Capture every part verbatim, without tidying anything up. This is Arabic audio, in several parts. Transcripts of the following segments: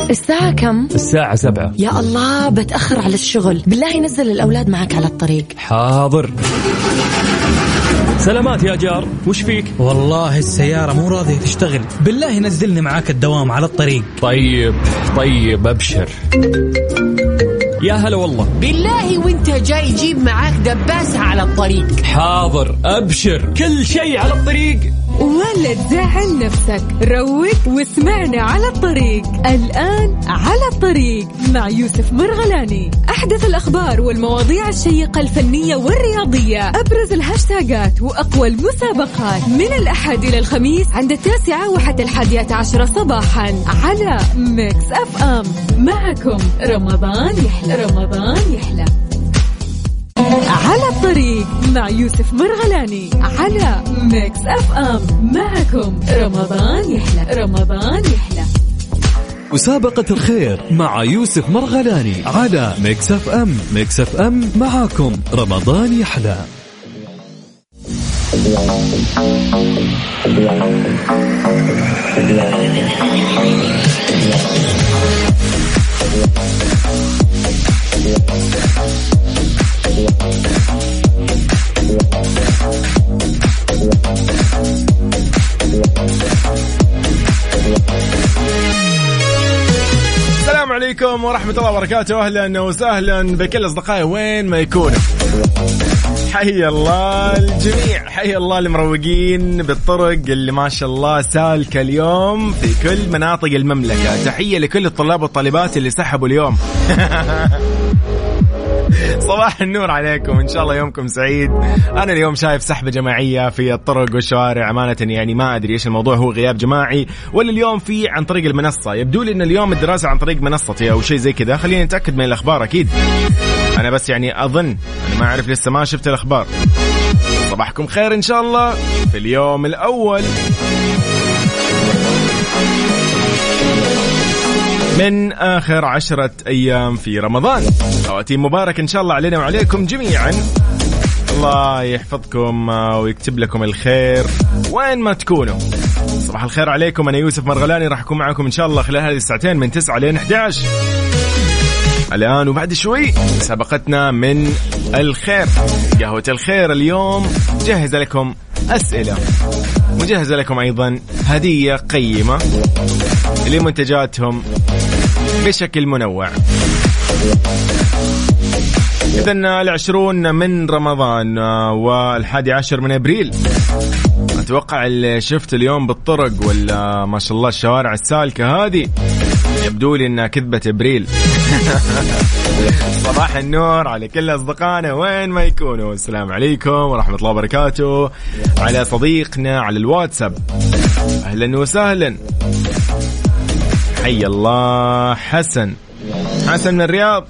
الساعة كم؟ الساعة سبعة. يا الله بتأخر على الشغل، بالله نزل الأولاد معك على الطريق. حاضر. سلامات يا جار، وش فيك؟ والله السيارة مو راضية تشتغل، بالله نزلني معاك الدوام على الطريق. طيب طيب أبشر. يا هلا والله. بالله وانت جاي جيب معاك دباسة على الطريق. حاضر أبشر، كل شيء على الطريق. ولا تزعل نفسك، روق واسمعنا على الطريق. الآن على الطريق مع يوسف مرغلاني. أحدث الأخبار والمواضيع الشيقة الفنية والرياضية، أبرز الهاشتاجات وأقوى المسابقات، من الأحد إلى الخميس عند التاسعة وحتى الحادية عشرة صباحا على ميكس أف أم. معكم رمضان يحلى. رمضان يحلى على الطريق مع يوسف مرغلاني على ميكس أف أم. معكم رمضان يحلى. رمضان يحلى. مسابقة الخير مع يوسف مرغلاني على ميكس أف أم. ميكس أف أم معكم رمضان يحلى. السلام عليكم ورحمة الله وبركاته. أهلا وسهلا بكل أصدقائي وين ما يكونوا. حي الله الجميع، حي الله المروقين بالطرق اللي ما شاء الله سالكة اليوم في كل مناطق المملكة. تحية لكل الطلاب والطالبات اللي سحبوا اليوم. صباح النور عليكم، إن شاء الله يومكم سعيد. أنا اليوم شايف سحبة جماعية في الطرق والشوارع، أمانة يعني ما أدري إيش الموضوع، هو غياب جماعي ولا اليوم في عن طريق المنصة؟ يبدو لي إن اليوم الدراسة عن طريق منصتي أو شيء زي كذا، خلينا نتأكد من الأخبار أكيد. أنا بس يعني أظن، أنا ما أعرف لسه ما شفت الأخبار. صباحكم خير إن شاء الله في اليوم الأول من آخر عشرة أيام في رمضان. خواتيم مبارك إن شاء الله علينا وعليكم جميعا. الله يحفظكم ويكتب لكم الخير وين ما تكونوا. صباح الخير عليكم، أنا يوسف مرغلاني راح أكون معكم إن شاء الله خلال هذه الساعتين من تسعة لين إحدى عشر. الآن وبعد شوي مسابقتنا من الخير، قهوة الخير. اليوم جهز لكم أسئلة، وجهز لكم أيضا هدية قيمة لمنتجاتهم بشكل منوع. إذن العشرون من رمضان والحادي عشر من أبريل، أتوقع اللي شفت اليوم بالطرق ولا ما شاء الله الشوارع السالكة هذه يبدو لي إنها كذبة أبريل. صباح النور على كل أصدقائنا وين ما يكونوا. السلام عليكم ورحمة الله وبركاته. على صديقنا على الواتساب، أهلا وسهلا. حي الله حسن، حسن من الرياض.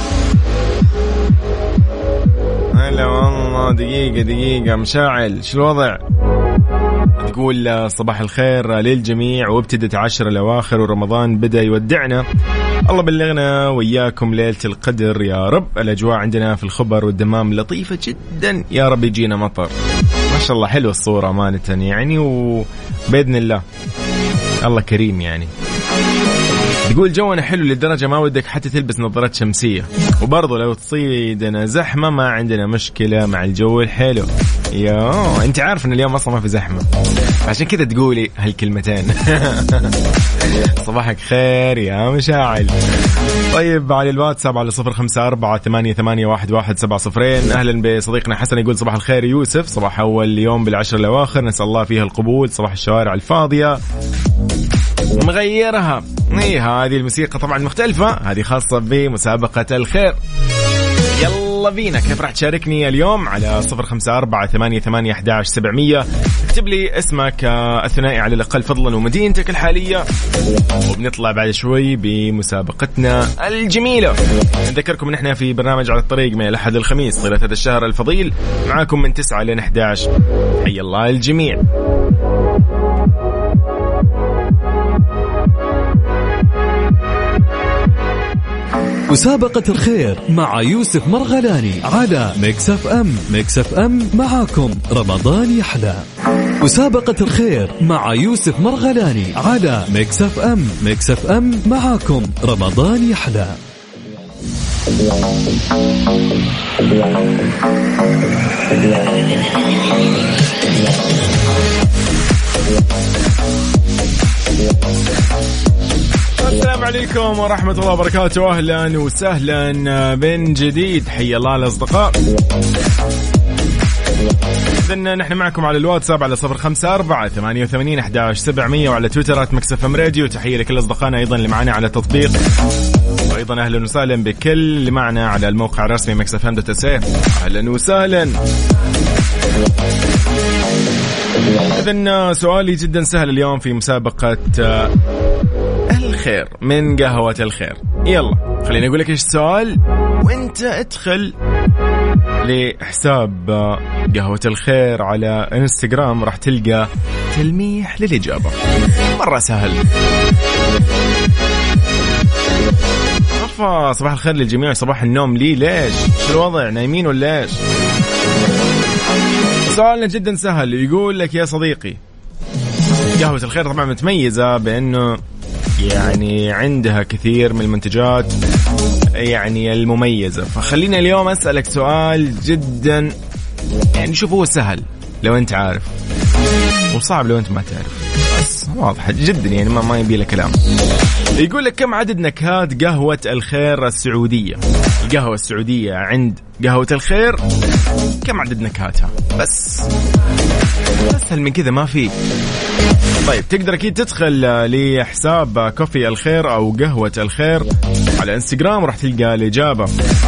هلا والله. دقيقة دقيقة مشاعل، شو الوضع؟ تقول صباح الخير للجميع، وابتدت عشر الأواخر ورمضان بدأ يودعنا. الله بلغنا وإياكم ليلة القدر يا رب. الأجواء عندنا في الخبر والدمام لطيفة جدا، يا رب يجينا مطر. ما شاء الله حلو الصورة أمانة يعني، وبإذن الله الله كريم يعني. تقول جونا حلو للدرجة ما ودك حتى تلبس نظارات شمسية، وبرضه لو تصيدنا زحمة ما عندنا مشكلة مع الجو الحلو. يا انت عارف ان اليوم اصلا ما في زحمة، عشان كذا تقولي هالكلمتين. صباحك خير يا مشاعل. طيب على الواتساب على صفر خمسة أربعة ثمانية ثمانية واحد واحد سبعة صفرين. أهلا بصديقنا حسن، يقول صباح الخير يوسف، صباح أول يوم بالعشر الأواخر، نسأل الله فيها القبول. صباح الشوارع الفاضية مغيرها. إيه هذه الموسيقى طبعا مختلفة، هذه خاصة بمسابقة الخير. يلا بينا، كيف راح تشاركني اليوم؟ على صفر خمسة أربعة ثمانية ثمانية أحد عشر سبعمية. اكتب لي اسمك الثنائي على الأقل فضلا ومدينتك الحالية، وبنطلع بعد شوي بمسابقتنا الجميلة. نذكركم ان احنا في برنامج على الطريق من الأحد الخميس طيلة هذا الشهر الفضيل، معاكم من تسعة لين أحد عشر. حي الله الجميع. مسابقة الخير مع يوسف مرغلاني على ميكس أف أم. ميكس أف أم معاكم رمضان يحلى. مسابقة الخير مع يوسف مرغلاني على ميكس اف ام. ميكس اف ام معاكم رمضان يحلى. السلام عليكم ورحمة الله وبركاته. أهلا وسهلا من جديد. حي الله الأصدقاء. إذن نحن معكم على الواتساب على صفر خمسة أربعة ثمانية وثمانين أحد عشر سبعمية وعلى تويترات ميكس اف ام راديو. تحية لكل أصدقائنا أيضا اللي معنا على التطبيق، وأيضا أهلا وسهلا بكل اللي معنا على الموقع الرسمي ميكس اف ام دوت اس اي. أهلا وسهلا. إذن سؤالي جدا سهل اليوم في مسابقة الخير من قهوة الخير. يلا خليني أقول لك إيش السؤال وأنت ادخل لحساب قهوة الخير على انستغرام، راح تلقى تلميح للإجابة. مرة سهل. صفا صباح الخير للجميع. صباح النوم لي ليش؟ شو الوضع؟ نايمين ولا إيش؟ سؤالنا جدا سهل. يقول لك يا صديقي، قهوة الخير طبعا متميزة بأنه يعني عندها كثير من المنتجات يعني المميزة، فخلينا اليوم أسألك سؤال جدا يعني شوف هو سهل لو أنت عارف وصعب لو أنت ما تعرف، بس واضح جدا يعني ما ما يبي له كلام. يقول لك كم عدد نكهات قهوة الخير السعودية؟ القهوة السعودية عند قهوة الخير كم عدد نكهاتها؟ بس أسهل من كذا ما في. طيب تقدر أكيد تدخل لحساب كوفي الخير أو قهوة الخير على انستغرام وراح تلقى الإجابة.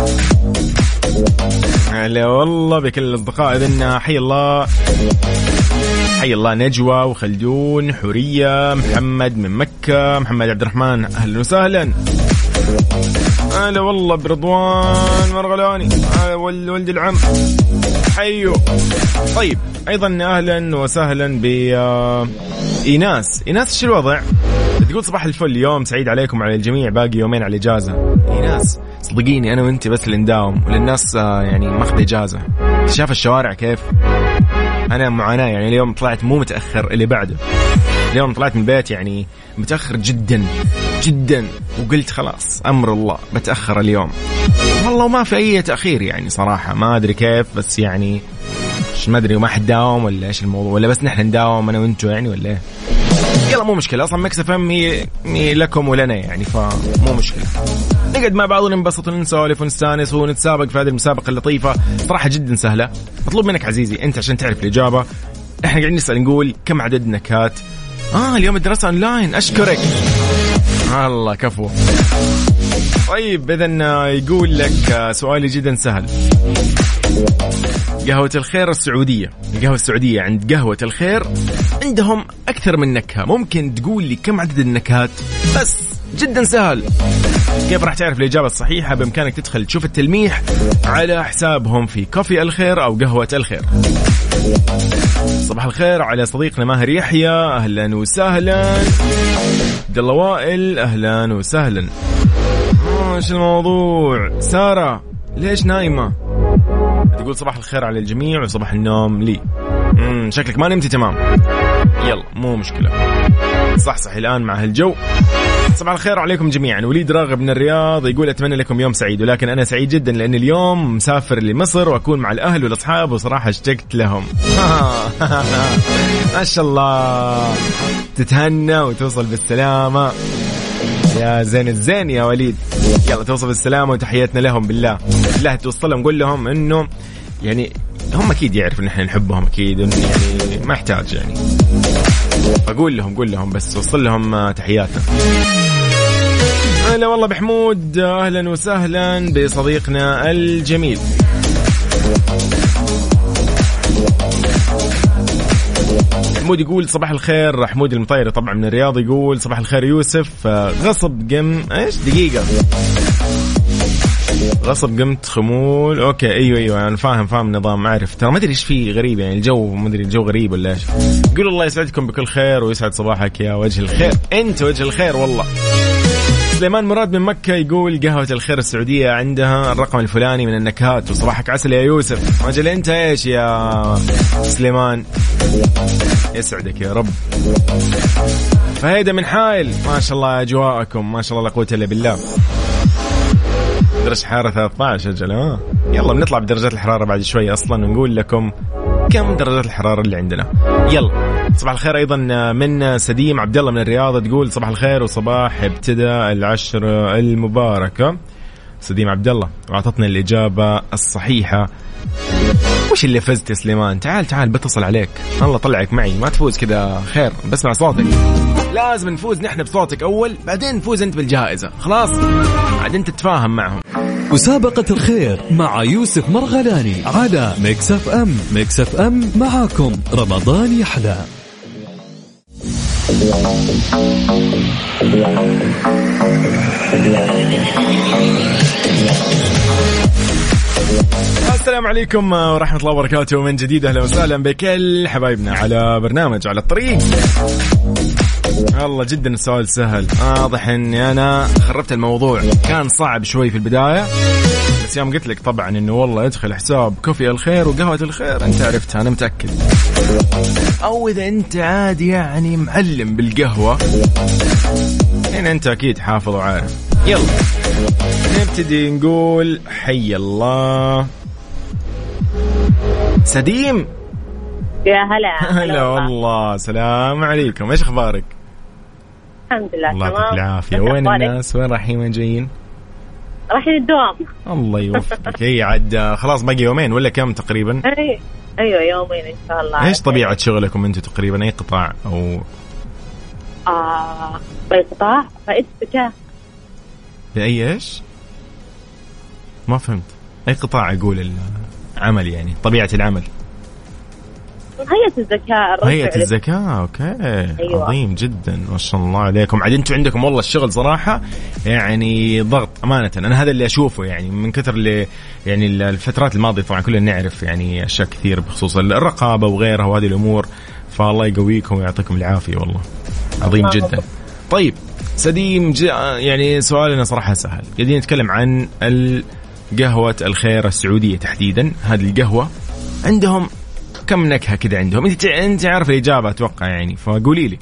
هلا والله بكل الأصدقاء. إذن حي الله حي الله نجوى وخلدون حورية محمد من مكة محمد عبد الرحمن أهلا وسهلا. هلا والله برضوان مرغلاني ولد العم حيو. طيب أيضا أهلا وسهلا بإيناس. إيناس شو الوضع؟ تقول صباح الفل اليوم سعيد عليكم على الجميع، باقي يومين على إجازة. إيناس صدقيني أنا وإنت بس اللي نداوم وللناس يعني ماخذ إجازة. شاف الشوارع كيف؟ أنا معاناة يعني. اليوم طلعت مو متأخر اللي بعده، اليوم طلعت من البيت يعني متأخر جدا جدا، وقلت خلاص أمر الله بتأخر اليوم. والله ما في أي تأخير يعني صراحة، ما أدري كيف بس يعني ما أدري ما حد داوم ولا إيش الموضوع، ولا بس نحن نداوم أنا وإنتوا يعني ولا إيه. يلا مو مشكلة، أصلا ميكس اف ام هي لكم ولنا يعني، فمو مشكلة. نقعد مع بعض وننبسط ونسولف ونستانس ونتسابق في هذه المسابقة اللطيفة صراحة جدا سهلة. مطلوب منك عزيزي أنت عشان تعرف الإجابة، إحنا قاعدين نسأل نقول كم عدد نكهات. آه اليوم الدراسة أونلاين أشكرك الله كفو. طيب إذن يقول لك سؤالي جدا سهل. قهوة الخير السعودية، القهوة السعودية عند قهوة الخير عندهم أكثر من نكهة، ممكن تقول لي كم عدد النكهات؟ بس جدا سهل. كيف راح تعرف الإجابة الصحيحة؟ بإمكانك تدخل تشوف التلميح على حسابهم في كوفي الخير أو قهوة الخير. صباح الخير على صديقنا ماهر يحيى أهلا وسهلا. عبد الله وائل أهلا وسهلا. ايش الموضوع؟ سارة ليش نايمة؟ تقول صباح الخير على الجميع وصباح النوم لي. امم شكلك ما نمتي تمام. يلا مو مشكلة، صح صح الآن مع هالجو. صباح الخير عليكم جميعا. وليد راغب من الرياض يقول أتمنى لكم يوم سعيد، ولكن أنا سعيد جدا لأن اليوم مسافر لمصر وأكون مع الأهل والأصحاب وصراحة اشتقت لهم. ما شاء الله تتهنى وتوصل بالسلامة يا زين الزين يا وليد. يلا توصل بالسلامة وتحياتنا لهم بالله بالله توصلهم. قول لهم إنه يعني هم أكيد يعرفوا إن إحنا نحبهم أكيد، إنه يعني ما يحتاج يعني، فقول لهم قول لهم بس وصل لهم تحياتنا. أهلا والله بحمود أهلا وسهلا بصديقنا الجميل. حمود يقول صباح الخير. حمود المطيري طبعا من الرياض يقول صباح الخير يوسف. غصب قم ايش دقيقة غصب قمت خمول. اوكي ايوه ايوه انا فاهم فاهم النظام عارف. ترى ما ادري ايش فيه غريب يعني الجو، ما ادري الجو غريب ولا ايش. يقول الله يسعدكم بكل خير ويسعد صباحك يا وجه الخير. انت وجه الخير والله. سليمان مراد من مكة يقول قهوة الخير السعودية عندها الرقم الفلاني من النكهات. وصباحك عسل يا يوسف. ماجل انت ايش يا سليمان؟ يسعدك يا رب. فهيدا من حايل، ما شاء الله أجواءكم ما شاء الله لا قوة إلا بالله. درجة حرارة ثلاثة عشر أجل. ها يلا بنطلع بدرجات الحرارة بعد شوي أصلا ونقول لكم كم درجة الحرارة اللي عندنا. يلا صباح الخير أيضا من سديم عبد الله من الرياض، تقول صباح الخير وصباح ابتدى العشر المباركة. سديم عبد الله وأعطتنا الإجابة الصحيحة. وش اللي فزت يا سليمان؟ تعال تعال بتصل عليك، الله طلعك معي، ما تفوز كذا خير بسمع صوتك، لازم نفوز نحن بصوتك أول بعدين نفوز أنت بالجائزة، خلاص بعدين تتفاهم معهم. مسابقة الخير مع يوسف مرغلاني على ميكس اف ام. ميكس اف ام معاكم رمضان يحلى. السلام عليكم ورحمة الله وبركاته من جديد. أهلا وسهلا بكل حبايبنا على برنامج على الطريق. والله جدا السؤال سهل، واضح اني انا خربت الموضوع، كان صعب شوي في البداية بس يوم قلت لك طبعا انه والله ادخل حساب كوفي الخير وقهوة الخير انت عرفتها انا متأكد. او اذا انت عادي يعني معلم بالقهوة هنا انت اكيد حافظ وعارف. يلا نبتدي نقول حي الله. سديم يا هلا. هلا والله، سلام عليكم، ايش اخبارك؟ الحمد لله الله تمام. يعطيك العافية. وين الناس؟ وين رايحين وين جايين؟ رايحين الدوام. الله يوفقك. هي عاد خلاص باقي يومين ولا كم تقريبا؟ اي ايوه يومين ان شاء الله. ايش طبيعة شغلكم انتم تقريبا؟ اي قطاع او اه باي قطاع؟ فائدة الزكاة. باي ايش؟ ما فهمت. اي قطاع اقول العمل يعني طبيعة العمل؟ هيئة الزكاة. هيئة الزكاة. اوكي أيوة. عظيم جدا ما شاء الله عليكم. عاد انتم عندكم والله الشغل صراحة يعني ضغط امانة، انا هذا اللي اشوفه يعني من كثر اللي يعني الفترات الماضية طبعا كلنا نعرف يعني اشياء كثير بخصوص الرقابة وغيرها وهذه الامور، فالله يقويكم ويعطيكم العافية والله عظيم آه جدا. طيب سديم يعني سؤالنا صراحة سهل، قاعدين نتكلم عن القهوة الخير السعودية تحديدا. هذه القهوة عندهم كم نكهة كده عندهم؟ انت انت عارف الإجابة اتوقع يعني، فقولي لي.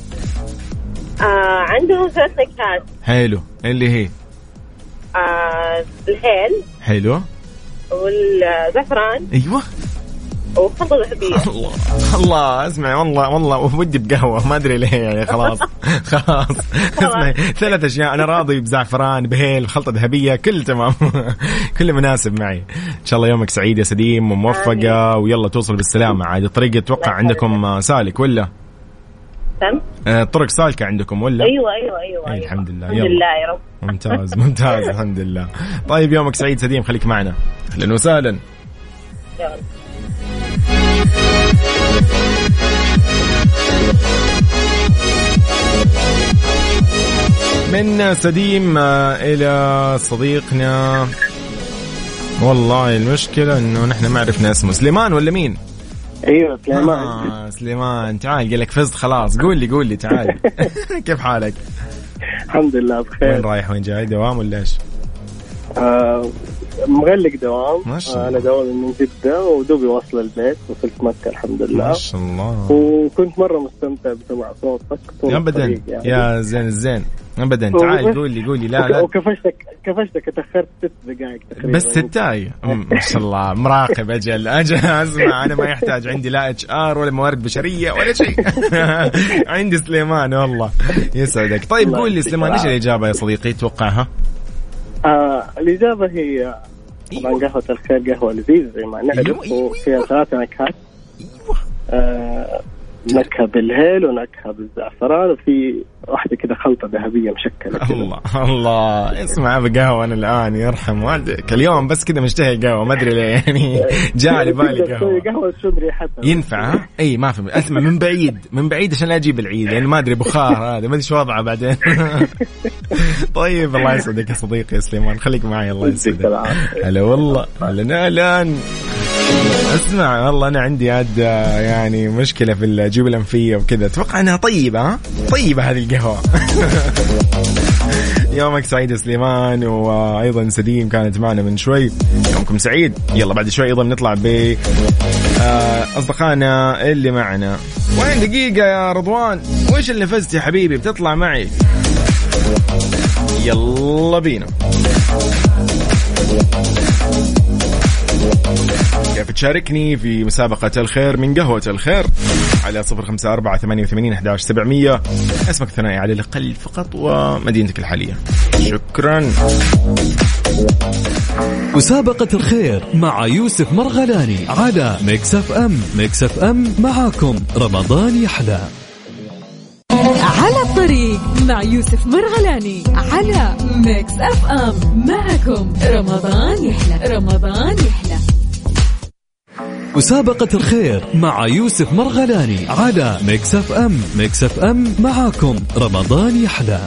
آه عندهم ثلاث نكهات. حلو. اللي هي آه الهيل. حلو. والزعفران. ايوه. وخلطة ذهبية. الله الله اسمع والله والله ودي بقهوة ما أدري ليه يعني خلاص خلاص اسمع ثلاث أشياء أنا راضي بزعفران بهيل خلطة ذهبية كل تمام كل مناسب معي. إن شاء الله يومك سعيد يا سديم وموفقة ويلا توصل بالسلامة. عاد الطريق أتوقع عندكم سالك ولا؟ تم؟ الطرق سالكة عندكم ولا؟ أيوة أيوة أيوة, أيوة. الحمد لله. الحمد لله يا رب. ممتاز ممتاز الحمد لله. طيب يومك سعيد سديم، خليك معنا. أهلا وسهلا. يلا. من سديم إلى صديقنا، والله المشكلة إنه نحن ما عرفنا اسمه. سليمان ولا مين؟ أيوة سليمان. آه سليمان تعال قال لك فزت خلاص. قول لي قول لي تعال كيف حالك؟ الحمد لله بخير. وين رايح وين جاي؟ دوام ولا إيش؟ آه مغلق دوام. ما شاء الله. أنا دوامي من جدة ودوبي واصل البيت، وصلت مكة الحمد لله ما شاء الله. وكنت مرة مستمتع بسمع صوتك أبدا يعني. يا زين الزين أبدا. تعال قول لي قول لي. لا لا وكفشتك كفشتك تأخرت ست دقائق تقريبا بس ستاي. ما شاء الله مراقب. أجل أجل أسمع أنا ما يحتاج عندي لا اتش ار ولا موارد بشرية ولا شيء عندي سليمان والله يسعدك. طيب قول لي سليمان إيش الإجابة يا صديقي توقعها؟ آه الإجابة هي طبعا قهوة الخير قهوة لذيذة زي ما نعرف. أيوة أيوة وفيها ثلاث نكهات. أيوة. آه نكهة بالهيل ونكهة بالزعفران وفي واحدة كده خلطة ذهبية مشكلة كده. الله الله اسمع بقهوة أنا الآن يرحم والدك اليوم بس كده مشتهي قهوة ما أدري ليه يعني جاء لي بالي قهوة. قهوة شو ريحتها ينفع ها؟ أي ما فهم. أسمع من بعيد من بعيد عشان لا أجيب العيد يعني ما أدري بخار هذا ما أدري شو وضعه بعدين. طيب الله يسعدك يا صديقي يا سليمان خليك معي الله يسعدك. هلا والله هلا. اسمع والله أنا عندي عاد يعني مشكلة في الجيوب الأنفية وكذا. أتوقع أنها طيبة. ها طيبة هذه القهوة. يومك سعيد سليمان، وأيضا سديم كانت معنا من شوي. يومكم سعيد. يلا بعد شوي أيضا نطلع ب أصدقائنا اللي معنا. وين دقيقة يا رضوان، وإيش اللي فزت يا حبيبي بتطلع معي؟ يلا بينا. كيف تشاركني في مسابقة الخير من قهوة الخير؟ على صفر خمسة أربعة ثمانية وثمانين أحد عشر سبعمية. اسمك الثنائي على الأقل فقط ومدينتك الحالية. شكرا. مسابقة الخير مع يوسف مرغلاني على ميكس اف ام. ميكس اف ام معاكم رمضان يحلى. على الطريق مع يوسف مرغلاني على ميكس اف ام. معكم رمضان يحلى. رمضان يحلى. مسابقة الخير مع يوسف مرغلاني على ميكس اف ام. ميكس اف ام معاكم رمضان يحلى.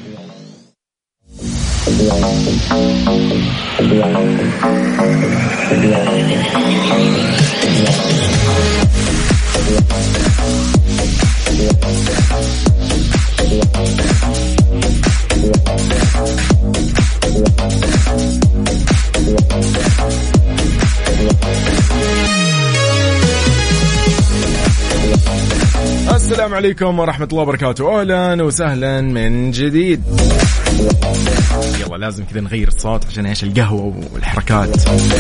السلام عليكم ورحمة الله وبركاته. أهلا وسهلا من جديد. يلا لازم كذا نغير الصوت عشان ايش القهوة والحركات.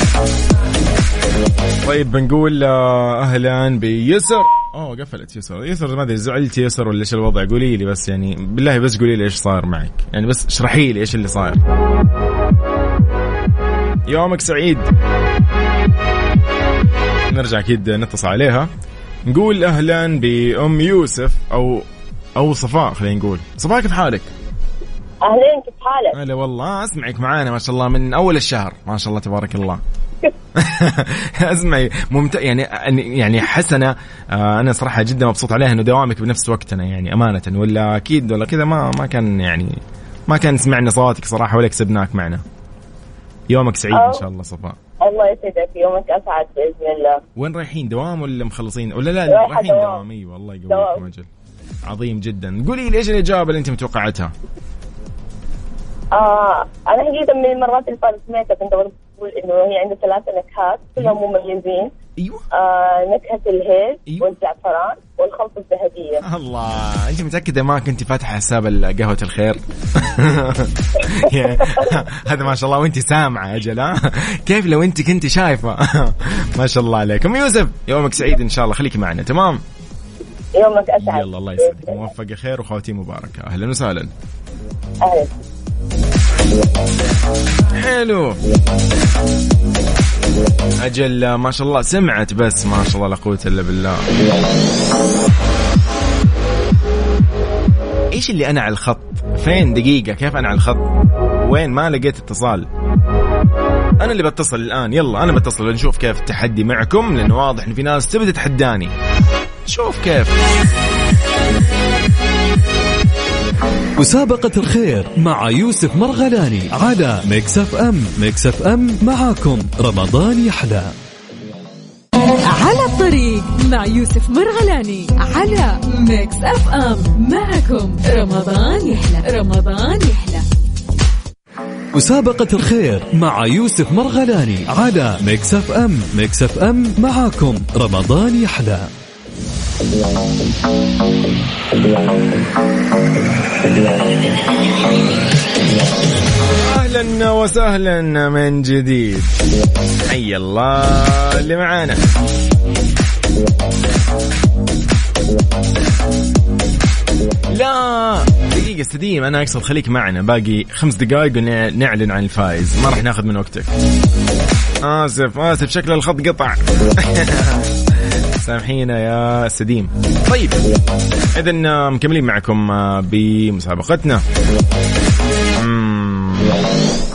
طيب بنقول أهلا بيسر. أوه قفلت يسر. يسر ما أدري زعلت يسر ولا إيش الوضع؟ قولي لي بس يعني بالله بس قولي لي إيش صار معك يعني، بس اشرحي لي إيش اللي صاير. يومك سعيد. نرجع أكيد نتصل عليها. نقول أهلا بأم يوسف أو أو صفاء. خلينا نقول صفاء كيف حالك؟ أهلين كيف حالك؟ أهلا والله أسمعك معانا ما شاء الله من أول الشهر ما شاء الله تبارك الله. أسمعي ممتع يعني يعني حسنة. آه أنا صراحة جدا مبسوط عليها إنه دوامك بنفس وقتنا يعني أمانة، ولا أكيد ولا كذا ما ما كان يعني ما كان سمعنا صوتك صراحة ولا كسبناك معنا. يومك سعيد إن شاء الله صفاء. الله يسعدك. يومك أسعد بإذن الله. وين رايحين؟ دوام ولا مخلصين ولا لا؟ رايحين دوام. أيوة والله يقويكم أجل. عظيم جدا. قولي لي إيش الإجابة اللي أنت متوقعتها؟ آه أنا حقيقة من المرات اللي فاتت سمعتها كنت بقول إنه هي عندها ثلاث نكهات كلهم مميزين. أيوة. آه نكهة الهيل. أيوة. والزعفران والخلطة الذهبية. الله، أنت متأكدة ما كنت فاتحة حساب قهوة الخير؟ هذا ما شاء الله وأنت سامعة أجل. كيف لو أنت كنت شايفة؟ ما شاء الله عليكم. يوسف يومك سعيد إن شاء الله. خليكي معنا. تمام. يومك أسعد. يلا الله يسعدك. موفقة خير وخواتيم مباركة. أهلا وسهلا. أهلا. حلو. أجل ما شاء الله سمعت بس ما شاء الله لا قوة إلا بالله. إيش اللي أنا على الخط؟ فين دقيقة كيف أنا على الخط؟ وين ما لقيت اتصال؟ أنا اللي بتصل الآن. يلا أنا بتصل ونشوف كيف التحدي معكم، لأنه واضح إن في ناس تبدأ تحداني. شوف كيف. مسابقة الخير مع يوسف مرغلاني على ميكس اف ام. ميكس اف ام معاكم رمضان يحلى. على الطريق مع يوسف مرغلاني على ميكس اف ام. معكم رمضان يحلى. رمضان يحلى. مسابقة الخير مع يوسف مرغلاني على ميكس اف ام. ميكس اف ام معاكم رمضان يحلى. أهلا وسهلا من جديد. حي الله اللي معانا. لا دقيقة استديم أنا أقصد خليك معنا باقي خمس دقائق ونعلن عن الفائز. ما راح ناخذ من وقتك. آسف آسف شكل الخط قطع. سامحينا يا سديم. طيب إذن مكملين معكم بمسابقتنا.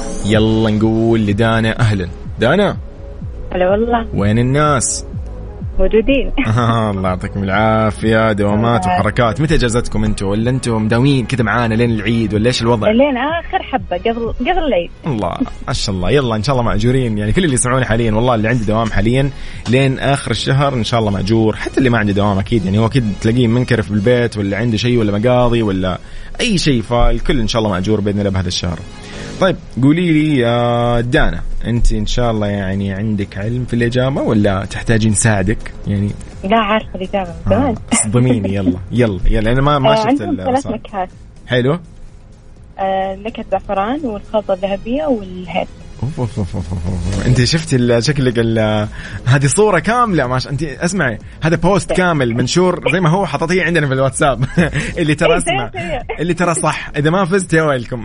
يلا نقول لدانا. أهلا دانا. هلا والله. وين الناس؟ موجودين. الله يعطيكم العافية، دوامات وحركات. متى اجازتكم انتم، ولا انتم مداومين كذا معانا لين العيد، ولا ايش الوضع؟ لين اخر حبة قبل قبل العيد. الله ما شاء الله. يلا ان شاء الله مأجورين، يعني كل اللي يسمعون حاليا، والله اللي عنده دوام حاليا لين اخر الشهر ان شاء الله مأجور، حتى اللي ما عنده دوام اكيد، يعني هو اكيد تلاقيه منكرف بالبيت، ولا عنده شيء، ولا مقاضي، ولا اي شيء، فالكل ان شاء الله مأجور باذن الله بهذا الشهر. طيب قولي لي يا دانا، انت ان شاء الله يعني عندك علم في الاجابه، ولا تحتاجين نساعدك يعني؟ لا عارفه الاجابه من زمان. اصدميني. يلا يلا يلا، انا ما ما شفت عندهم ثلاث نكهات. حلو. آه نكهه زعفران والخلطه الذهبيه والهيل. أوف أوف أوف أوف أوف. انت شفتي شكلك هذه صوره كامله، ماش انت اسمعي، هذا بوست كامل منشور زي ما هو حطيتيه عندنا في الواتساب. اللي ترى اسمع، اللي ترى صح، اذا ما فزت يا ويلكم.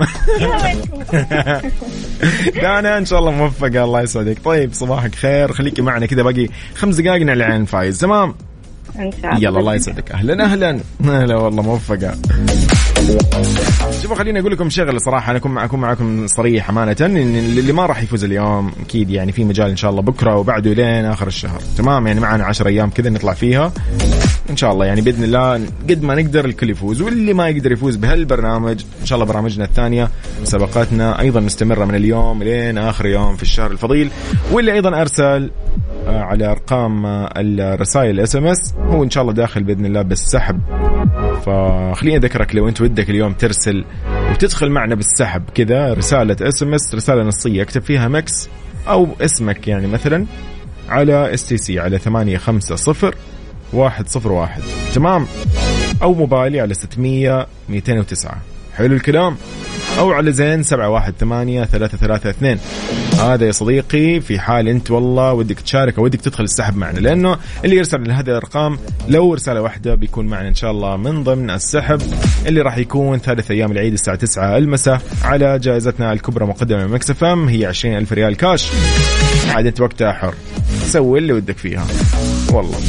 دانا ان شاء الله موفقه، الله يسعدك. طيب صباحك خير، خليكي معنا كذا، باقي خمس دقائق نعلن فايز. تمام ان شاء الله. يلا الله يسعدك. اهلا اهلا. لا والله موفقه. شوفوا خليني أقول لكم شغلة صراحة، أنا أكون معكم معكم صريح أمانة، إن اللي ما راح يفوز اليوم أكيد يعني في مجال إن شاء الله بكرة وبعده لين آخر الشهر. تمام، يعني معنا عشر أيام كذا نطلع فيها إن شاء الله، يعني بإذن الله قد ما نقدر الكل يفوز، واللي ما يقدر يفوز بهالبرنامج إن شاء الله برامجنا الثانية مسابقاتنا أيضا مستمرة من اليوم لين آخر يوم في الشهر الفضيل. واللي أيضا أرسل على أرقام الرسائل اس ام اس هو إن شاء الله داخل بإذن الله بالسحب. فخليني أذكرك لو أنت ودك اليوم ترسل وتدخل معنا بالسحب كذا رسالة اس ام اس، رسالة نصية اكتب فيها مكس أو اسمك يعني مثلا على اس تي سي على ثمانية خمسة صفر واحد صفر واحد، تمام، أو موبايلي على ستمية مئتين وتسعة. حلو الكلام. أو على زين سبعة واحد ثمانية ثلاثة ثلاثة اثنين. هذا يا صديقي في حال أنت والله ودك تشارك أو ودك تدخل السحب معنا، لأنه اللي يرسل لهذه الأرقام لو رسالة واحدة بيكون معنا إن شاء الله من ضمن السحب اللي راح يكون ثالث أيام العيد الساعة تسعة المساء على جائزتنا الكبرى مقدمة من مكس اف ام، هي عشرين ألف ريال كاش. عاد أنت وقتها حر، سوي اللي ودك فيها والله.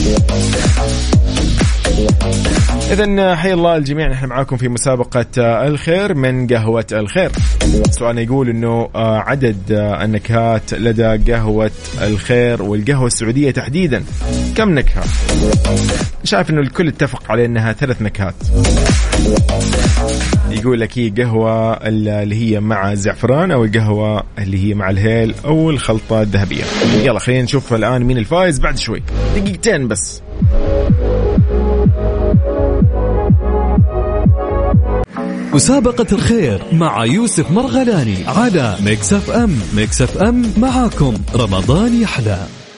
إذن حي الله الجميع، نحن معاكم في مسابقة الخير من قهوة الخير. سؤالنا يقول إنه عدد النكهات لدى قهوة الخير والقهوة السعودية تحديدا كم نكهة؟ شايف إنه الكل اتفق على إنها ثلاث نكهات. يقول لك هي قهوة اللي هي مع الزعفران، أو القهوة اللي هي مع الهيل، أو الخلطة الذهبية. يلا خلينا نشوف الآن مين الفائز بعد شوي، دقيقتين بس. مسابقة الخير مع يوسف مرغلاني على ميكس اف ام. ميكس اف ام معاكم رمضان يحلى.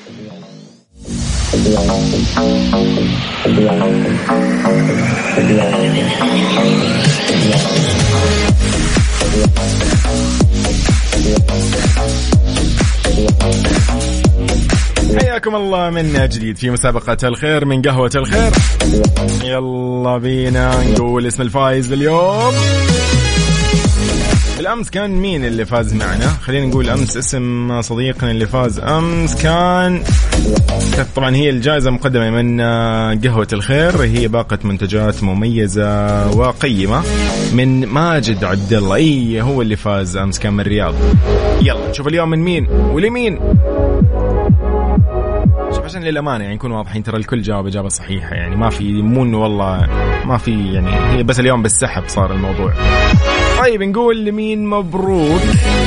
حياكم الله من جديد في مسابقة الخير من قهوة الخير. يلا بينا نقول اسم الفائز اليوم. الأمس كان مين اللي فاز معنا؟ خلينا نقول أمس اسم صديقنا اللي فاز أمس كان، طبعا هي الجائزة مقدمة من قهوة الخير، هي باقة منتجات مميزة وقيمة من ماجد عبد الله. إيه هو اللي فاز أمس، كان من الرياض. يلا نشوف اليوم من مين ولمين. عشان للأمانة يعني نكون واضحين، ترى الكل جاوب إجابة صحيحة، يعني ما في مو إنه والله ما في، يعني هي بس اليوم بالسحب صار الموضوع. طيب نقول لمين مبروك.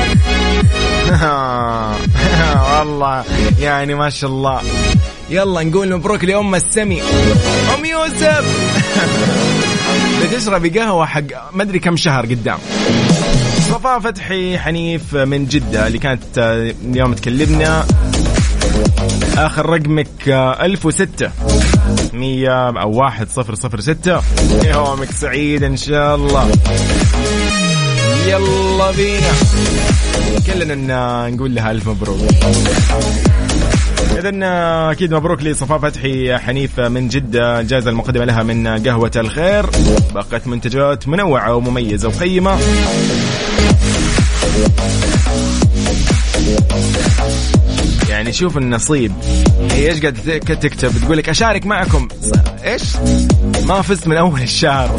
والله يعني ما شاء الله. يلا نقول مبروك لأم السمي، أم يوسف. بتشربي قهوة حق ما أدري كم شهر قدام. صفاء فتحي حنيف من جدة اللي كانت اليوم تكلمنا، آخر رقمك ألف وستة مية أو واحد صفر صفر ستة. يومك سعيد إن شاء الله. يلا بينا كلنا نقول لها ألف مبروك. إذن أكيد مبروك لصفاء فتحي حنيف من جدة، الجائزة المقدمة لها من قهوة الخير، باقة منتجات منوعة ومميزة وقيمة. يعني شوف النصيب، هي ايش قاعد تكتب؟ تقولك أشارك معكم، ايش ما فزت من أول الشهر.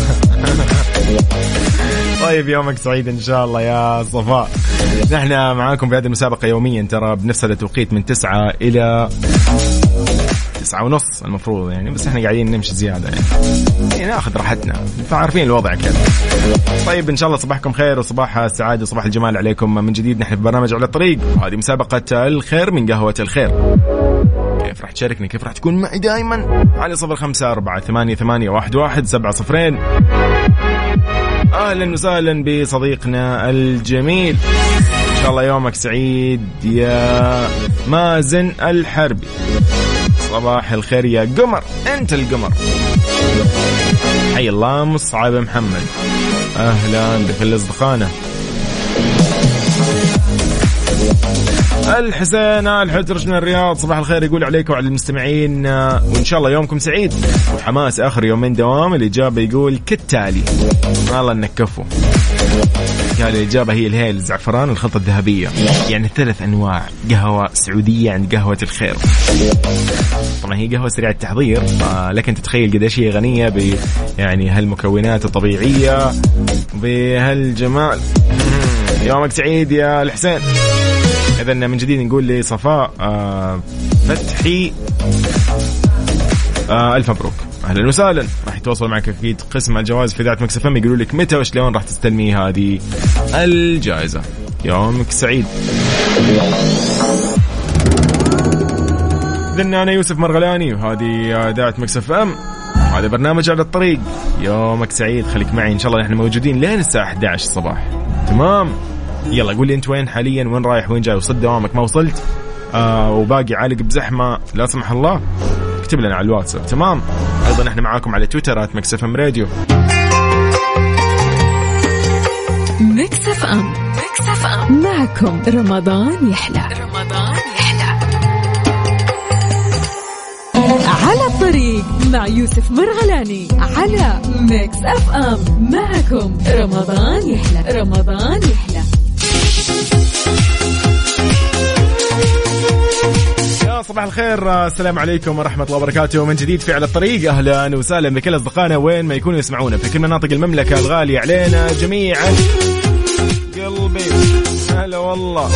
طيب يومك سعيد إن شاء الله يا صفاء. نحن معاكم في هذه المسابقة يوميا، ترى بنفس التوقيت من تسعة إلى تسعة ونص المفروض يعني، بس احنا قاعدين نمشي زيادة يعني, يعني ناخذ راحتنا، فعارفين الوضع كذا. طيب إن شاء الله صباحكم خير وصباح السعادة وصباح الجمال عليكم من جديد. نحن في برنامج على الطريق، هذه مسابقة الخير من قهوة الخير. كيف راح تشاركني؟ كيف راح تكون معي دائما؟ على صفر خمسة أربعة ثمانية ثمانية واحد واحد سبعة صفرين. أهلا وسهلا بصديقنا الجميل، إن شاء الله يومك سعيد يا مازن الحربي. صباح الخير يا قمر، أنت القمر. حي الله مصعب محمد، أهلا بكل أصدقائنا. الحسين الحترش من الرياض، صباح الخير يقول عليكم وعلى المستمعين، وإن شاء الله يومكم سعيد وحماس آخر يومين دوام. الإجابة يقول كالتالي، والله إنك كفو. قال الإجابة هي الهيل، الزعفران والخلطة الذهبية، يعني ثلاث أنواع قهوة سعودية عند قهوة الخير. طبعا هي قهوة سريعة التحضير، لكن تتخيل قديش هي غنية ب يعني هالمكونات الطبيعية بهالجمال. يومك سعيد يا الحسين. إذا من جديد نقول لصفاء آه فتحي آه ألف مبروك، أهلا وسهلا. راح يتواصل معك أكيد قسم الجوائز في إذاعة مكس إف إم، يقولوا لك متى وشلون راح تستلمي هذه الجائزة. يومك سعيد. إذن أنا يوسف مرغلاني وهذه إذاعة مكس إف إم، هذا برنامج على الطريق. يومك سعيد، خليك معي إن شاء الله. نحن موجودين لين الساعة أحد عشر الصباح، تمام؟ يلا قول لي أنت وين حاليا، وين رايح وين جاي، وصلت دوامك ما وصلت، آه وباقي عالق بزحمة لا سمح الله، اكتب لنا على الواتساب، تمام؟ أيضا احنا معاكم على تويتر آت ميكس إف إم راديو. ميكس إف إم، ميكس إف إم معكم رمضان يحلى، رمضان يحلى على الطريق مع يوسف مرغلاني على ميكس إف إم. معكم رمضان يحلى، رمضان يحلى. صباح الخير، السلام عليكم ورحمة الله وبركاته. من جديد في على الطريق، أهلا وسهلا بكل أصدقائنا وين ما يكونوا يسمعونا في كل مناطق المملكة الغالية علينا جميعا. قلبي هلا والله،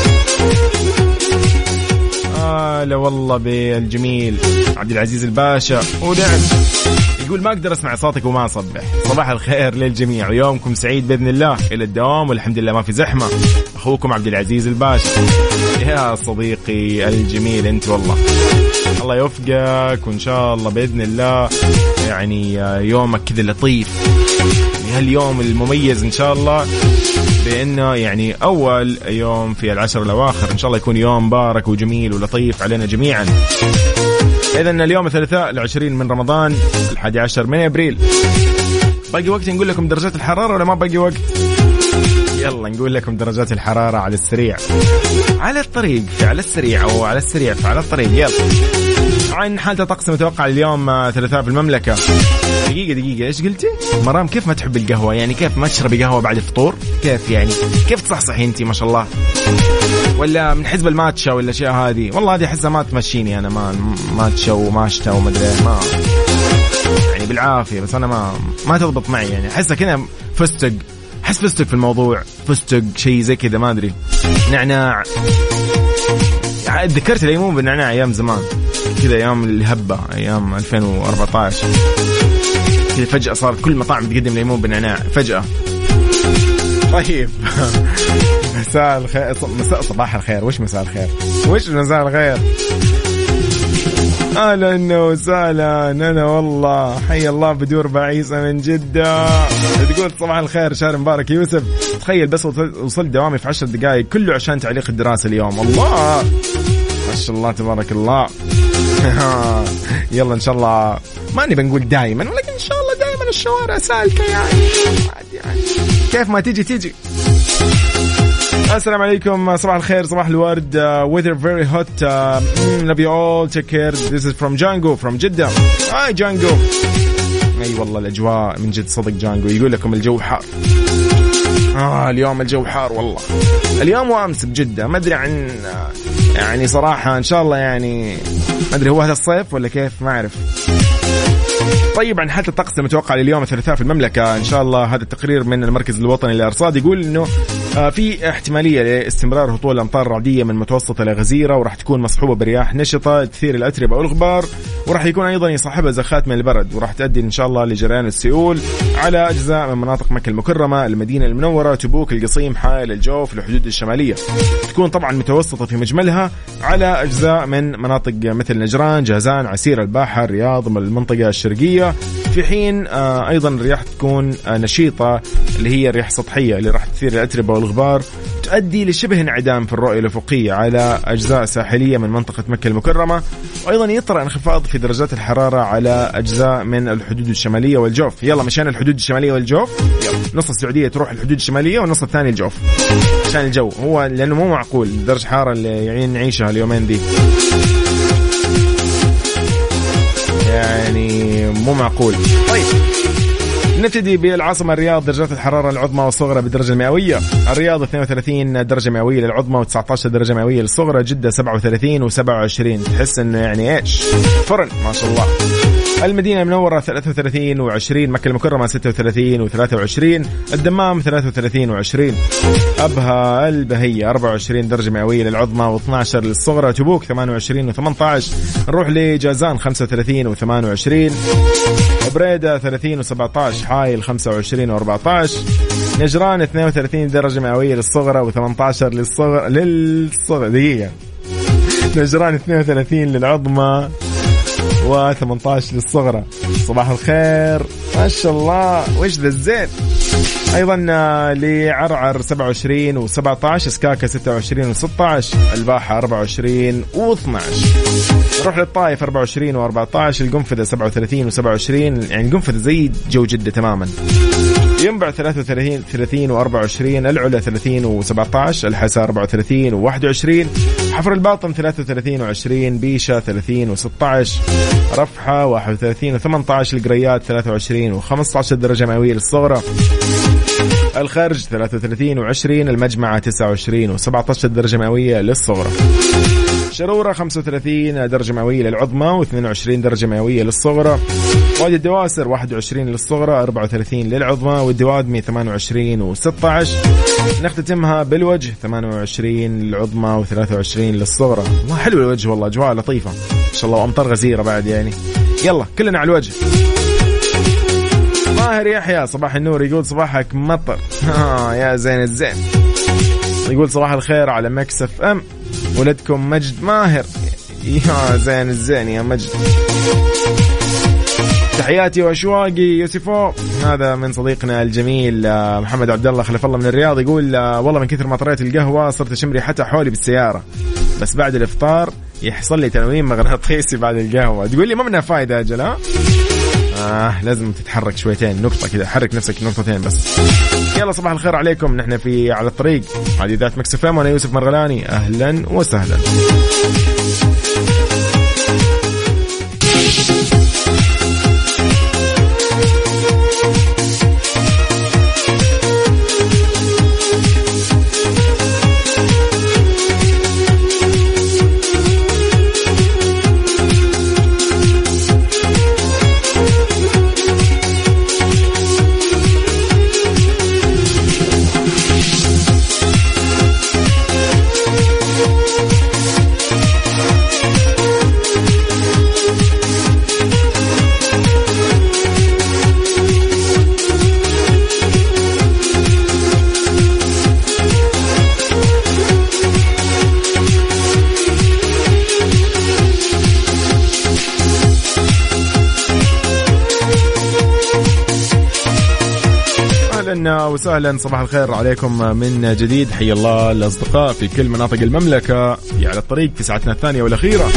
هلا والله بالجميل عبد العزيز الباشا ودعم. يقول ما أقدر أسمع صوتك وما أصبح. صباح الخير للجميع ويومكم سعيد بإذن الله إلى الدوام، والحمد لله ما في زحمة. أخوكم عبد العزيز الباشا. يا صديقي الجميل أنت، والله الله يوفقك، وإن شاء الله بإذن الله يعني يومك كذا لطيف، يعني هاليوم المميز إن شاء الله بأنه يعني أول يوم في العشر الأواخر، إن شاء الله يكون يوم مبارك وجميل ولطيف علينا جميعا. إذن اليوم الثلاثاء العشرين من رمضان الحادي عشر من أبريل. باقي وقت نقول لكم درجات الحرارة ولا ما باقي وقت؟ يلا نقول لكم درجات الحرارة على السريع على الطريق، في على السريع أو على السريع في على الطريق. يلا عن حالة طقس متوقع اليوم ثلاثاء في المملكة. دقيقة دقيقة إيش قلتي؟ مرام كيف ما تحب القهوة؟ يعني كيف ما تشربي قهوة بعد الفطور؟ كيف يعني؟ كيف تصحصحي أنتي ما شاء الله؟ ولا من حزب الماتشا ولا شيء هذه؟ والله هذه حسها ما تمشيني أنا، ما ماتشا وماشتا وما أدري ما يعني بالعافية، بس أنا ما ما تضبط معي يعني. أحسها كذا فستق، أحس فستق في الموضوع، فستق شيء زي كذا ما أدري. نعناع، ذكرت الليمون بالنعناع أيام زمان كذا، أيام الهبة أيام ألفين وأربعة عشر كذا، فجأة صار كل مطاعم تقدم ليمون بالنعناع فجأة. طيب مساء الخير، مساء صباح الخير، وش مساء الخير؟ وش مساء الخير؟ أهلا وسهلا، أنا والله حي الله بدور بعيسى من جدة. تقول صباح الخير شهر مبارك يوسف. تخيل بس وصلت دوامي في عشر دقائق كله عشان تعليق الدراسة اليوم. الله ما شاء الله تبارك الله. يلا إن شاء الله، ما نبي نقول دائما ولكن إن شاء الله دائما الشوارع سالكة يعني. يعني كيف ما تيجي تيجي. السلام عليكم، صباح الخير، صباح الورد. uh, weather very hot, uh, mm, love you all, take care. This is from Django from جدة. Hi Django. اي والله الاجواء من جد صدق. جانجو يقول لكم الجو حار. اه اليوم الجو حار والله، اليوم وامس بجدة. ما ادري عن يعني صراحة ان شاء الله يعني ما ادري هو هذا الصيف ولا كيف، ما اعرف. طيب عن حالة الطقس المتوقع لليوم الثلاثاء في المملكة إن شاء الله. هذا التقرير من المركز الوطني للأرصاد يقول إنه في احتمالية لاستمرار هطول الأمطار الرعدية من متوسطة لغزيرة، وراح تكون مصحوبة برياح نشطة تثير الأتربة والغبار، وراح يكون أيضا يصاحبها زخات من البرد، وراح تؤدي إن شاء الله لجريان السيول على أجزاء من مناطق مكة المكرمة، المدينة المنورة، تبوك، القصيم، حائل، الجوف، الحدود الشمالية. تكون طبعا متوسطة في مجملها على أجزاء من مناطق مثل نجران، جازان، عسير، الباحة، الرياض، المنطقة الشرقية، في حين أيضا الرياح تكون نشيطة اللي هي الرياح سطحية اللي راح تثير الأتربة والغبار، تؤدي لشبه انعدام في الرؤية الأفقية على أجزاء ساحلية من منطقة مكة المكرمة، وأيضا يطرأ انخفاض في درجات الحرارة على أجزاء من الحدود الشمالية والجوف. يلا مشان الحدود الشمالية والجوف، يلا نص السعودية تروح الحدود الشمالية والنص الثاني الجوف عشان الجو، هو لأنه مو معقول درجة حرارة اللي يعني نعيشها اليومين دي، يعني مو معقول. طيب نبتدي بالعاصمة الرياض. درجات الحرارة العظمى والصغرى بالدرجة المئوية: الرياض اثنين وثلاثين درجة مئوية للعظمى وتسعة عشر درجة مئوية للصغرى، جدة سبعة وثلاثين وسبعة وعشرين، تحس انه يعني ايش فرن ما شاء الله. المدينة المنورة ثلاثة وثلاثين وعشرين، مكة المكرمة ستة وثلاثين وثلاثة وعشرين، الدمام ثلاثة وثلاثين وعشرين، أبها البهية أربعة وعشرين درجة مئوية للعظمى واثني عشر للصغرى، تبوك ثمانية وعشرين وثمانية عشر، نروح لجازان خمسة وثلاثين وثمانية وعشرين، بريدة ثلاثين وسبعة عشر، حائل خمسة وعشرين وأربعة عشر، نجران اثنين وثلاثين درجة مئوية للصغرى وثمانية عشر للصغر للصغر دقيقة نجران اثنين وثلاثين للعظمى وثمانية عشر للصغرى. صباح الخير ما شاء الله، وش ذا الزين. أيضا لعرعر سبعة وعشرين وسبعة عشر، سكاكا ستة وعشرين وستة عشر، الباحة أربعة وعشرين واثني عشر، نروح للطائف أربعة وعشرين وأربعة عشر، القنفذة سبعة وثلاثين وسبعة وعشرين، يعني القنفذة زي جو جدة تماما، ينبع ثلاثة وثلاثين ثلاثين وأربعة وعشرين، العلا ثلاثين وسبعة عشر، الحسا أربعة وثلاثين وواحد وعشرين، حفر الباطن ثلاثة وثلاثين وعشرين، بيشة ثلاثين وستة عشر، رفحة واحد وثلاثين وثمانية عشر، القريات ثلاثة وعشرين وخمسة عشر درجة مئوية للصغرى، الخرج ثلاثة وثلاثين وعشرين، المجمعة تسعة وعشرين وسبعة عشر درجة مئوية للصغرى، شرورة خمسة وثلاثين درجة مئوية للعظمى واثنين وعشرين درجة مئوية للصغرى، وادي الدواسر واحد وعشرين للصغرى أربعة وثلاثين للعظمى، والدوادمي ثمانية وعشرين وستة عشر، نختتمها بالوجه ثمانية وعشرين للعظمى وثلاثة وعشرين للصغرى. والله حلو الوجه، والله أجواء لطيفة إن شاء الله، وأمطار غزيرة بعد يعني. يلا كلنا على الوجه. ماهر يحيى صباح النور يقول صباحك مطر آه يا زين الزين، يقول صباح الخير على ميكس اف ام، ولدكم مجد ماهر يا زين الزين يا مجد، تحياتي واشواقي يوسفو. هذا من صديقنا الجميل محمد عبد الله خلف الله من الرياض، يقول والله من كثر ما طريت القهوة صرت أشمري حتى حولي بالسيارة، بس بعد الإفطار يحصل لي تنويم مغناطيسي بعد القهوة. تقول لي ما منها فايدة أجل ها؟ آه لازم تتحرك شويتين، نقطة كذا، حرك نفسك نقطتين بس. يلا صباح الخير عليكم، نحن في على الطريق هذه ذات مكس اف ام، وأنا يوسف مرغلاني، أهلا وسهلا. وسهلا صباح الخير عليكم من جديد، حي الله الأصدقاء في كل مناطق المملكة في على الطريق في ساعتنا الثانية والأخيرة.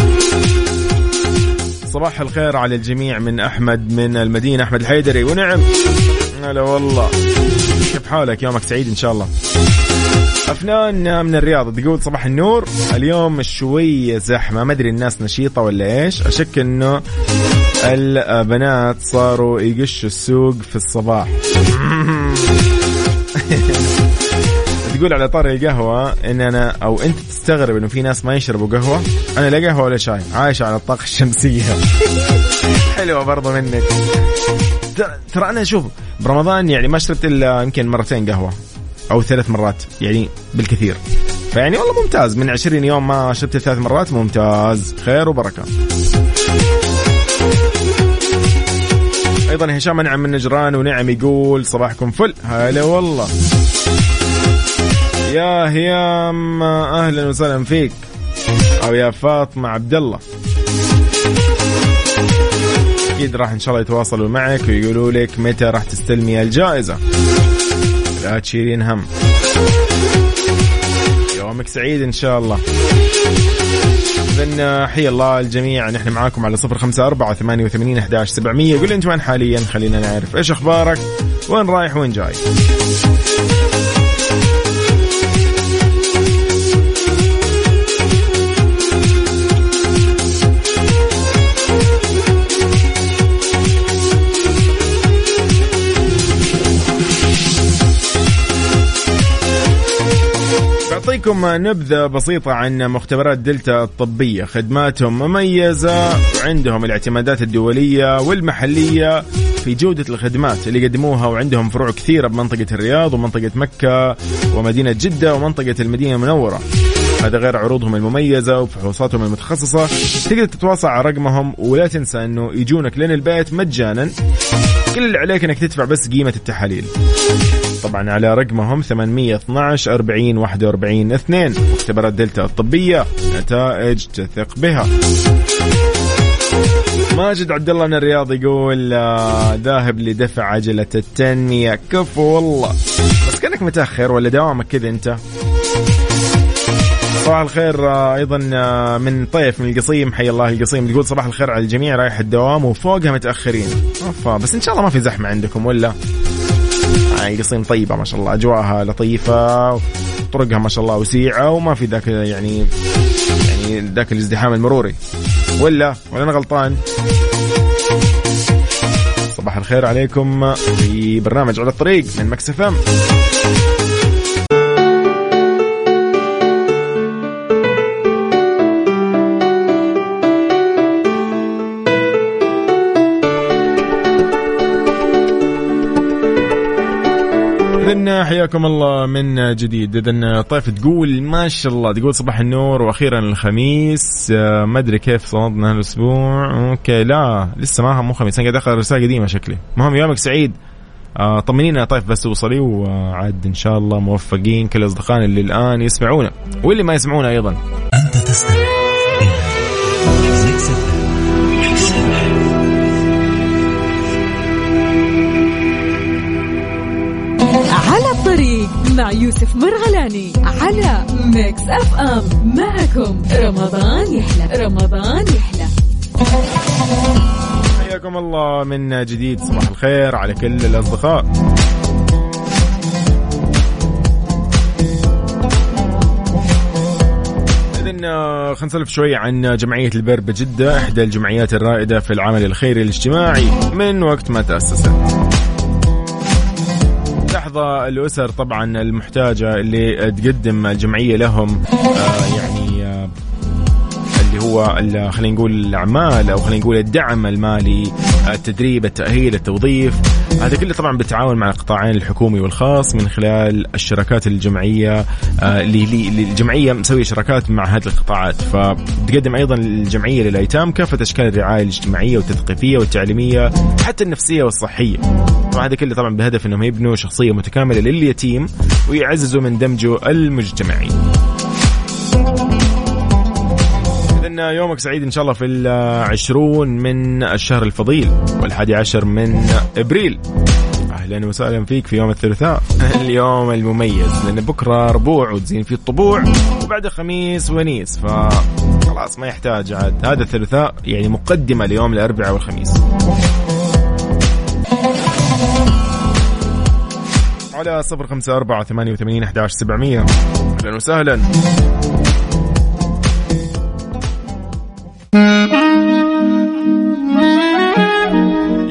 صباح الخير على الجميع من أحمد من المدينة، أحمد الحيدري. ونعم هلا والله، كيف حالك؟ يومك سعيد إن شاء الله. أفنان من الرياض تقول صباح النور، اليوم شوية زحمة، ما أدري الناس نشيطة ولا إيش، أشك إنه البنات صاروا يقشوا السوق في الصباح. تقول على طاري القهوة إن أنا أو أنت تستغرب إنه في ناس ما يشربوا قهوة. أنا لا قهوة ولا شاي، عايش على الطاقة الشمسية. حلوة برضو منك. ترى أنا أشوف برمضان يعني ما شربت إلا يمكن مرتين قهوة أو ثلاث مرات يعني بالكثير، فيعني والله ممتاز. من عشرين يوم ما شربت ثلاث مرات، ممتاز، خير وبركة. أيضا هشام نعم من نجران ونعم يقول صباحكم فل. هلا والله يا هيام، أهلا وسهلا فيك. أو يا فاطمة عبد الله، أكيد راح إن شاء الله يتواصلوا معك ويقولوا لك متى راح تستلمي الجائزة. لا تشيلين هم، يومك سعيد إن شاء الله. إذن حي الله الجميع، نحن معاكم على صفر خمسة أربعة ثمانية وثمانين أحد عشر سبعمية. قل أنت وين حاليا، خلينا نعرف إيش أخبارك، وين رايح وين جاي. أعطيكم نبذة بسيطة عن مختبرات دلتا الطبية. خدماتهم مميزة وعندهم الاعتمادات الدولية والمحلية في جودة الخدمات اللي يقدموها، وعندهم فروع كثيرة بمنطقة الرياض ومنطقة مكة ومدينة جدة ومنطقة المدينة المنورة. هذا غير عروضهم المميزة وفحوصاتهم المتخصصة. تقدر تتواصل على رقمهم، ولا تنسى أنه يجونك لين البيت مجانا. كل اللي عليك أنك تدفع بس قيمة التحاليل، طبعا على رقمهم ثمانمية اثناشر أربعين واحد وأربعين اثنين. مختبرات دلتا الطبية، نتائج تثق بها. ماجد عبد الله من الرياض يقول ذاهب لدفع عجلة التنمية. كفو والله، بس كأنك متأخر ولا دوامك كذا أنت. صباح الخير أيضا من طيف من القصيم، حي الله القصيم، يقول صباح الخير على الجميع، رايح الدوام وفوقها متأخرين. أوفا، بس إن شاء الله ما في زحمة عندكم ولا؟ هاي قصيم طيبة ما شاء الله، أجواءها لطيفة، طرقها ما شاء الله وسيعة، وما في ذاك يعني يعني ذاك الازدحام المروري، ولا ولا أنا غلطان؟ صباح الخير عليكم في برنامج على الطريق من مكس اف ام. إذن حياكم الله من جديد. إذن طيف تقول ما شاء الله، تقول صباح النور وأخيرا الخميس. ما أدري كيف صمدنا هالأسبوع. أوكي، لا لسه ما مو خميس، أنا قاعد أقرأ رسالة قديمة شكلي. مهم يومك سعيد. آه طمنينا طيف بس توصلي، وعاد إن شاء الله موفقين كل أصدقائنا اللي الآن يسمعونا واللي ما يسمعونا أيضا. أنت تستمع على الطريق مع يوسف مرغلاني على ميكس اف ام. معكم رمضان يحلى، رمضان يحلى. حياكم الله من جديد، صباح الخير على كل الأصدقاء. إذن خلينا نسولف شوي عن جمعية البر بجدة، إحدى الجمعيات الرائدة في العمل الخيري الاجتماعي من وقت ما تأسست. تحظى الأسر طبعا المحتاجة اللي تقدم الجمعية لهم آه يعني آه اللي هو خلينا نقول الأعمال أو خلينا نقول الدعم المالي، التدريب، التأهيل، التوظيف. هذا كله طبعا بالتعاون مع القطاعين الحكومي والخاص من خلال الشراكات الجمعية اللي الجمعية مسوية شراكات مع هذه القطاعات. فتقدم أيضا الجمعية للأيتام كافة أشكال الرعاية الاجتماعية والتثقيفية والتعليمية حتى النفسية والصحية. وهذا كله طبعا بهدف أنهم يبنوا شخصية متكاملة لليتيم ويعززوا من دمجه المجتمعي. يومك سعيد إن شاء الله في العشرون من الشهر الفضيل والحادي عشر من إبريل. أهلا وسهلا فيك في يوم الثلاثاء اليوم المميز، لأن بكرة ربوع وتزين فيه الطبوع وبعد خميس ونيس، فخلاص ما يحتاج عاد. هذا الثلاثاء يعني مقدمة ليوم الأربعاء والخميس. على صفر خمسة أربعة ثمانية وثمانين أحد عشر سبعمية. أهلا وسهلا.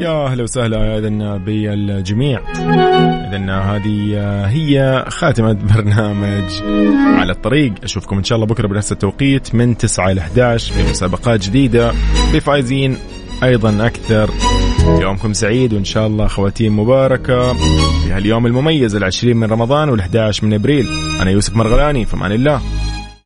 يا أهلا وسهلا إذن بالجميع. إذن هذه هي خاتمة برنامج على الطريق. أشوفكم إن شاء الله بكرة بنفس التوقيت من تسعة إلى إحدى عشر في مسابقات جديدة بفائزين أيضا أكثر. يومكم سعيد وإن شاء الله خواتيم مباركة في هاليوم المميز العشرين من رمضان والإحدى عشر من إبريل. أنا يوسف مرغلاني، فمان الله.